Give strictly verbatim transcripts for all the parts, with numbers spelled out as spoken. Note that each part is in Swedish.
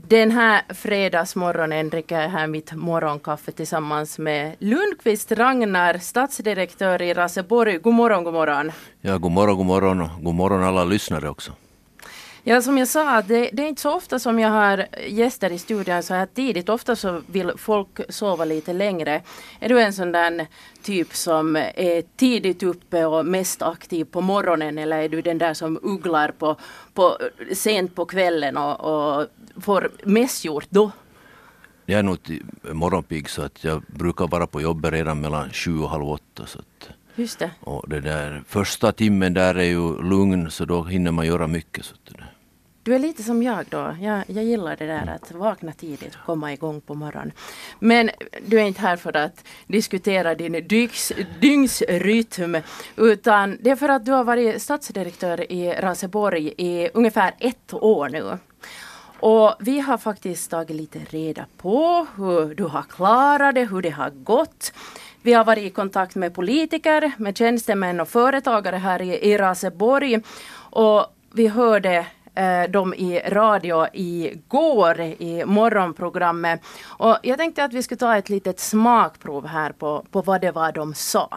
Den här fredagsmorgonen dricker jag här mitt morgonkaffe tillsammans med Lundqvist Ragnar, stadsdirektör i Raseborg. God morgon, god morgon. Ja, god morgon, god morgon och god morgon alla lyssnare också. Ja, som jag sa, det, det är inte så ofta som jag har gäster i studion så här tidigt. Ofta så vill folk sova lite längre. Är du en sån där typ som är tidigt uppe och mest aktiv på morgonen, eller är du den där som ugglar på, på sent på kvällen och, och får mest gjort då? Jag är nog morgonpigg så att jag brukar vara på jobbet redan mellan sju och halv åtta. Så att, just det. Och det där första timmen där är ju lugn så då hinner man göra mycket. Så att det där. Du är lite som jag då. Jag, jag gillar det där att vakna tidigt och komma igång på morgonen. Men du är inte här för att diskutera din dygns, dygnsrytm, utan det är för att du har varit stadsdirektör i Raseborg i ungefär ett år nu. Och vi har faktiskt tagit lite reda på hur du har klarat det, hur det har gått. Vi har varit i kontakt med politiker, med tjänstemän och företagare här i, i Raseborg. Och vi hörde dem i radio igår i morgonprogrammet. Och jag tänkte att vi skulle ta ett litet smakprov här på, på vad det var de sa.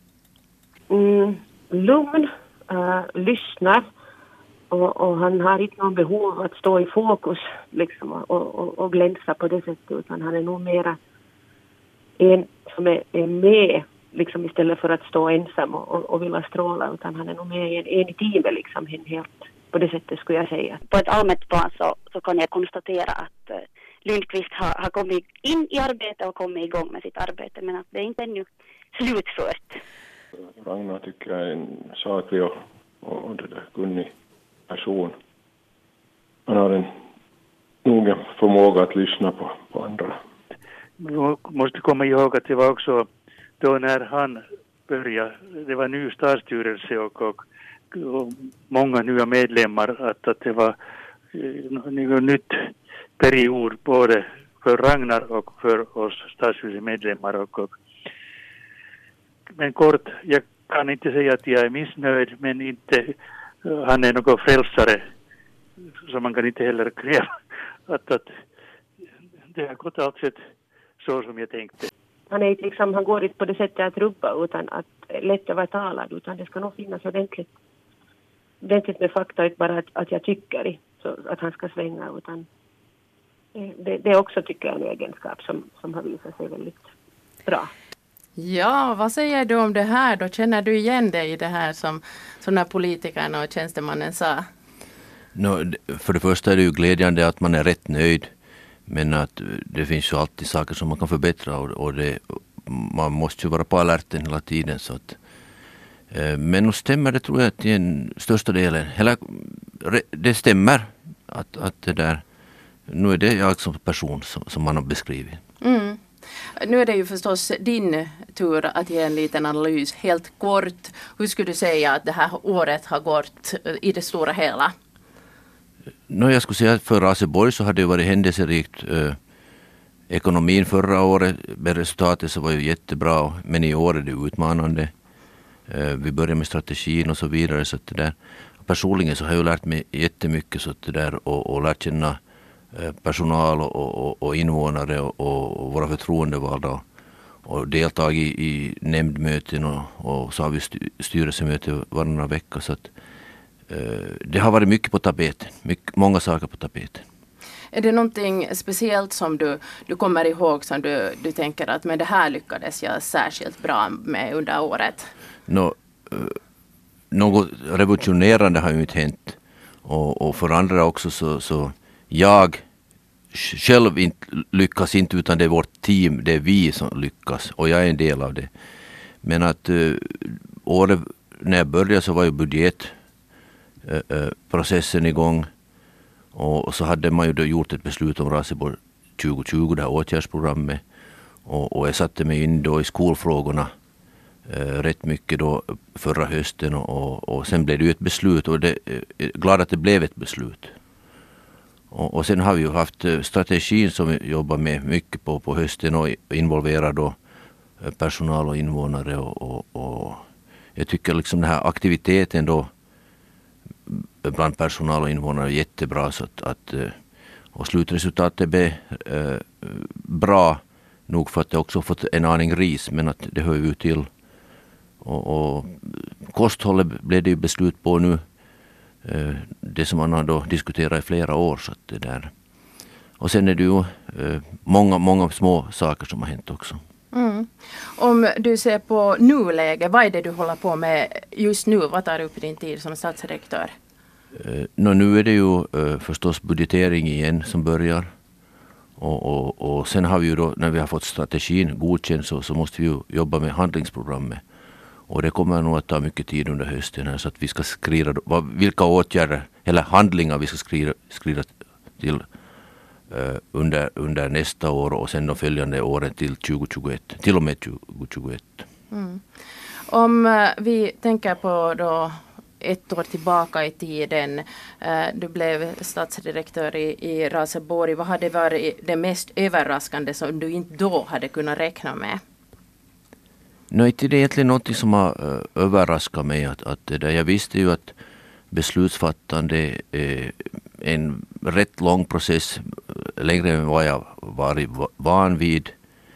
Mm, lugn, uh, lyssnar och, och han har inte någon behov att stå i fokus liksom, och, och, och glänsa på det sättet, utan han är nog mera en som är, är med liksom, istället för att stå ensam och, och, och vilja stråla, utan han är nog med en, en i teamet liksom, helt. På det sättet skulle jag säga. På ett allmänt plan så, så kan jag konstatera att uh, Lundqvist har, har kommit in i arbete och kommit igång med sitt arbete, men att det är inte ännu slutfört. Ragnar tycker jag är en saklig och, och, och det där kunnig person. Han har en noga förmåga att lyssna på, på andra. Man måste komma ihåg att det var också då när han började, det var ny stadsstyrelse och, och och många nya medlemmar, att, att det var en nytt period både för Ragnar och för oss stadsstyrelsemedlemmar. Och, och, men kort, jag kan inte säga att jag är missnöjd, men inte, han är någon frälsare, så man kan inte heller kräva att, att det har gått allt sett så som jag tänkte. Han, är liksom, han går inte på det sättet att rubba utan att lätt över talad, utan det ska nog finnas ordentligt. Det är inte med fakta, inte bara att, att jag tycker så att han ska svänga, utan det, det är också, tycker jag, en egenskap som, som har visat sig väldigt bra. Ja, vad säger du om det här då? Känner du igen dig i det här som, som när politikerna och tjänstemannen sa? No, för det första är det ju glädjande att man är rätt nöjd, men att det finns ju alltid saker som man kan förbättra och, och det, man måste ju vara på alerten hela tiden, så att men nu stämmer det, tror jag, till den största delen. Eller, det stämmer att, att det där, nu är det jag som person som, som man har beskrivit. Mm. Nu är det ju förstås din tur att ge en liten analys. Helt kort, hur skulle du säga att det här året har gått i det stora hela? No, jag skulle säga att för Raseborg så hade det varit händelserikt. Eh, ekonomin förra året, med resultatet så var ju jättebra, men i år är det utmanande. Vi börjar med strategin och så vidare, så att det där. Personligen så har jag lärt mig jättemycket, så att det där, och, och lärt känna personal och, och, och invånare och, och våra förtroendevalda och, och deltagit i, i nämndmöten och, och så har vi styrelsemöte varannan vecka, så att eh, det har varit mycket på tapeten, mycket, många saker på tapeten. Är det någonting speciellt som du, du kommer ihåg som du, du tänker att men det här lyckades jag särskilt bra med under året? Nå, något revolutionerande har ju inte hänt. Och, och för andra också så, så jag själv inte lyckas inte, utan det är vårt team, det är vi som lyckas. Och jag är en del av det. Men att uh, året när jag började så var ju budgetprocessen uh, igång. Och så hade man ju då gjort ett beslut om Raseborg tjugo tjugo, det här åtgärdsprogrammet. Och, och jag satte mig in då i skolfrågorna eh, rätt mycket då förra hösten. Och, och, och sen blev det ju ett beslut, och det, eh, glad att det blev ett beslut. Och, och sen har vi ju haft eh, strategin som vi jobbar med mycket på, på hösten och involverar då eh, personal och invånare. Och, och, och jag tycker liksom den här aktiviteten då bland personal och invånare är jättebra, så att, att och slutresultatet blev eh, bra nog för att det också fått en aning ris, men att det hör ju till. Och, och kosthållet blev det ju beslut på nu, eh, det som man har då diskuterat i flera år. Så att det där. Och sen är det ju eh, många, många små saker som har hänt också. Mm. Om du ser på nuläge, vad är det du håller på med just nu? Vad tar upp din tid som statsredaktör? Eh, no, nu är det ju eh, förstås budgetering igen som börjar. Och, och, och sen har vi ju då, när vi har fått strategin godkänd, så, så måste vi ju jobba med handlingsprogrammet. Och det kommer nog att ta mycket tid under hösten här, så att vi ska skriva vad, vilka åtgärder eller handlingar vi ska skriva, skriva till uh, under, under nästa år och sen de följande åren till tjugohundratjugoett, till och med tjugohundratjugoett. Mm. Om uh, vi tänker på då ett år tillbaka i tiden, uh, du blev statsdirektör i, i Raseborg. Vad hade varit det mest överraskande som du inte då hade kunnat räkna med? No, inte det är egentligen något som har uh, överraskat mig. Att, att det där, jag visste ju att beslutsfattande är en rätt lång process, längre än vad jag varit van vid.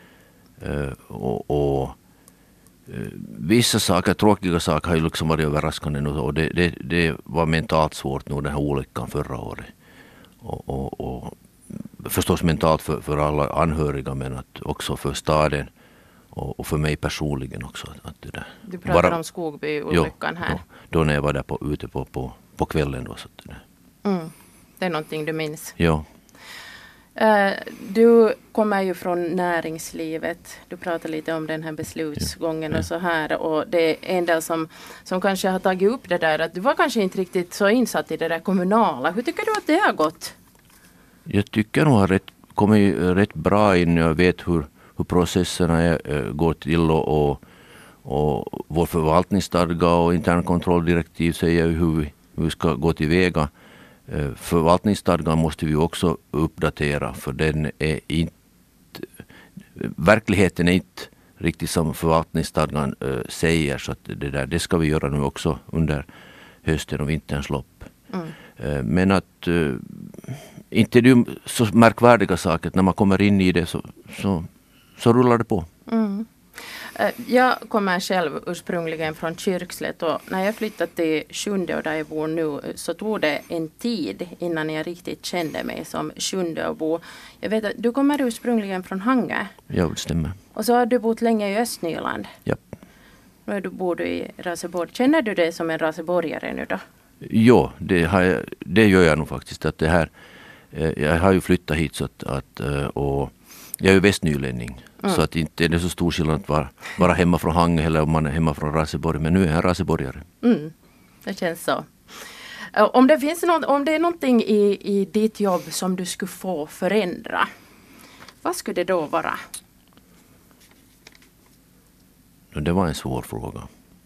Uh, och, och uh, vissa saker, tråkiga saker har ju liksom varit överraskande nu, och det, det, det var mentalt svårt nu, den här olyckan förra året. Och, och, och förstås mentalt för, för alla anhöriga, men att också för staden. Och för mig personligen också. Att det där. Du pratar bara om Skogby-olyckan här. Jo, då när jag var där på, ute på, på, på kvällen. Då, så det, mm. det är någonting du minns. Ja. Uh, du kommer ju från näringslivet. Du pratar lite om den här beslutsgången ja. och så här. Och det är en del som, som kanske har tagit upp det där. Att du var kanske inte riktigt så insatt i det där kommunala. Hur tycker du att det har gått? Jag tycker nog har rätt, kommit rätt bra in. Jag vet hur hur processerna är, går till, och, och, och vår förvaltningsstadga och internkontrolldirektiv säger hur vi, hur vi ska gå tillväga. Förvaltningsstadgan måste vi också uppdatera, för den är inte, verkligheten är inte riktigt som förvaltningsstadgan äh, säger, så att det, där, det ska vi göra nu också under hösten och vinterns lopp. Mm. Äh, men att äh, inte det är så märkvärdiga saker, när man kommer in i det så, så Så rullar det på. Mm. Jag kommer själv ursprungligen från Kyrkslätt, och när jag flyttade till Sjunde och där jag bor nu, så tog det en tid innan jag riktigt kände mig som Sjundeåbo. Jag vet att du kommer ursprungligen från Hangö. Ja, det stämmer. Och så har du bott länge i Östnyland. Ja. Nu du bor du i Raseborg. Känner du dig som en raseborgare nu då? Jo, det, har jag, det gör jag nog faktiskt. Att det här, jag har ju flyttat hit så att, att och jag är ju västnylänning, mm. så att inte är det så stor skillnad att vara, vara hemma från Hangö eller om man är hemma från Raseborg. Men nu är jag raseborgare. Mm, det känns så. Om det finns något, om det är någonting i, i ditt jobb som du skulle få förändra, vad skulle det då vara? Det var en svår fråga.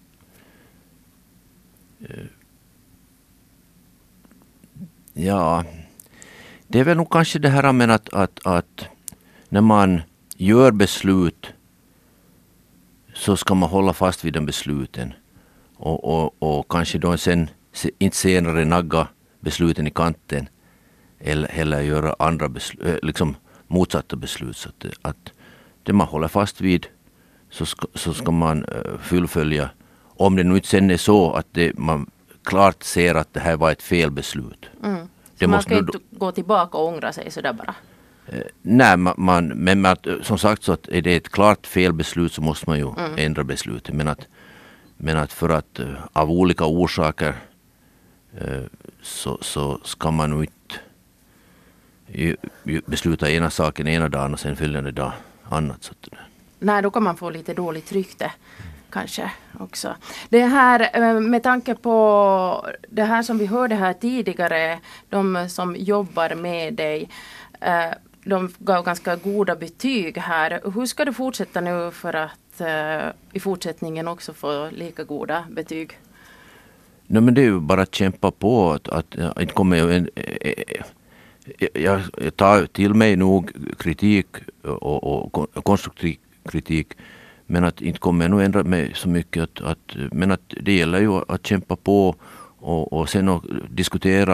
Ja, det är väl nog kanske det här med att, att, att när man gör beslut så ska man hålla fast vid den besluten. Och, och, och kanske då sen inte senare nagga besluten i kanten. Eller, eller göra andra beslut, liksom motsatta beslut. Så att, att det man håller fast vid så ska, så ska man fullfölja. Om det nu inte sen är så att det, man klart ser att det här var ett fel beslut. Mm. Så man kan inte gå tillbaka och ångra sig sådär bara? Eh, nej, man, man, men att, som sagt så att är det ett klart fel beslut så måste man ju mm. ändra beslutet. Men att, men att för att uh, av olika orsaker uh, så, så ska man nog inte ju, ju besluta ena saken ena dagen och sen följande dag annat. Så att, nej, då kan man få lite dåligt rykte. Kanske också. Det här med tanke på det här som vi hörde här tidigare, de som jobbar med dig, de gav ganska goda betyg här. Hur ska du fortsätta nu för att i fortsättningen också få lika goda betyg? Nej, men det är ju bara att kämpa på. Att, att, att inte kommer jag, en, jag, jag tar till mig nog kritik och, och konstruktiv kritik. Men att inte kommer jag nog ändra mig så mycket. Att, att, men att det gäller ju att kämpa på och, och sen att diskutera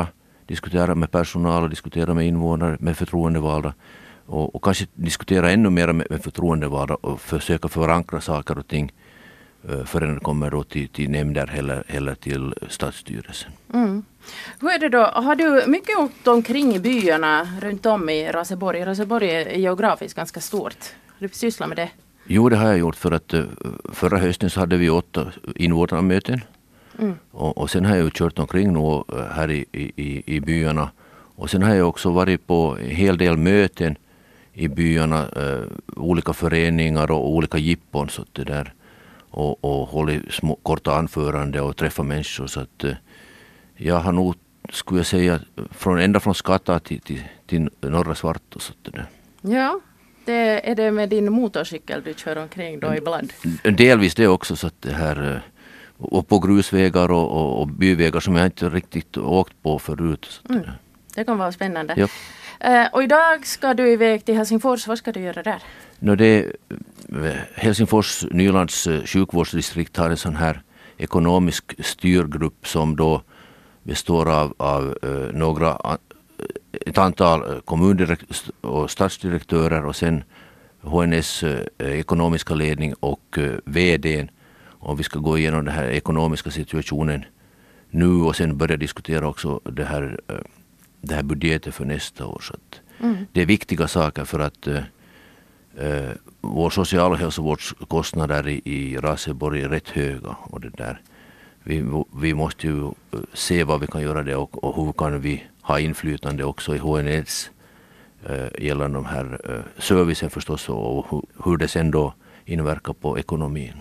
diskutera med personal och diskutera med invånare, med förtroendevalda och, och kanske diskutera ännu mer med, med förtroendevalda och försöka förankra saker och ting uh, förrän det kommer då till, till nämnder eller, eller till stadsstyrelsen. Mm. Hur är det då? Har du mycket åkt omkring i byarna runt om i Raseborg? Raseborg är geografiskt ganska stort. Har du sysslat med det? Jo, det har jag gjort för att uh, förra hösten så hade vi åtta invånarmöten. Mm. Och, och sen har jag ju kört omkring nu här i, i, i byarna. Och sen har jag också varit på en hel del möten i byarna, eh, olika föreningar och olika jippon så att det där. Och, och hållit små, korta anförande och träffa människor. Så att eh, jag har nog, skulle jag säga, från, ända från Skatta till, till, till norra Svartå. Så att det där. Ja, det är det med din motorcykel du kör omkring då ibland? Delvis det också så att det här... Eh, och på grusvägar och, och, och byvägar som jag inte riktigt åkt på förut. Mm. Det kan vara spännande. Ja. Uh, och idag ska du iväg till Helsingfors. Vad ska du göra där? No, det, Helsingfors Nylands sjukvårdsdistrikt har en sån här ekonomisk styrgrupp som då består av, av uh, några, ett antal kommundirekt- och stadsdirektörer och sen H N S uh, ekonomiska ledning och uh, V D:n. Och vi ska gå igenom den här ekonomiska situationen nu och sen börja diskutera också det här, det här budgeten för nästa år. Så att mm. Det är viktiga saker för att äh, vår social- och hälsovårdskostnader i, i Raseborg är rätt höga. Och det där. Vi, vi måste ju se vad vi kan göra det och, och hur kan vi ha inflytande också i H N S äh, gällande de här äh, servicen förstås och hur, hur det sen då inverkar på ekonomin.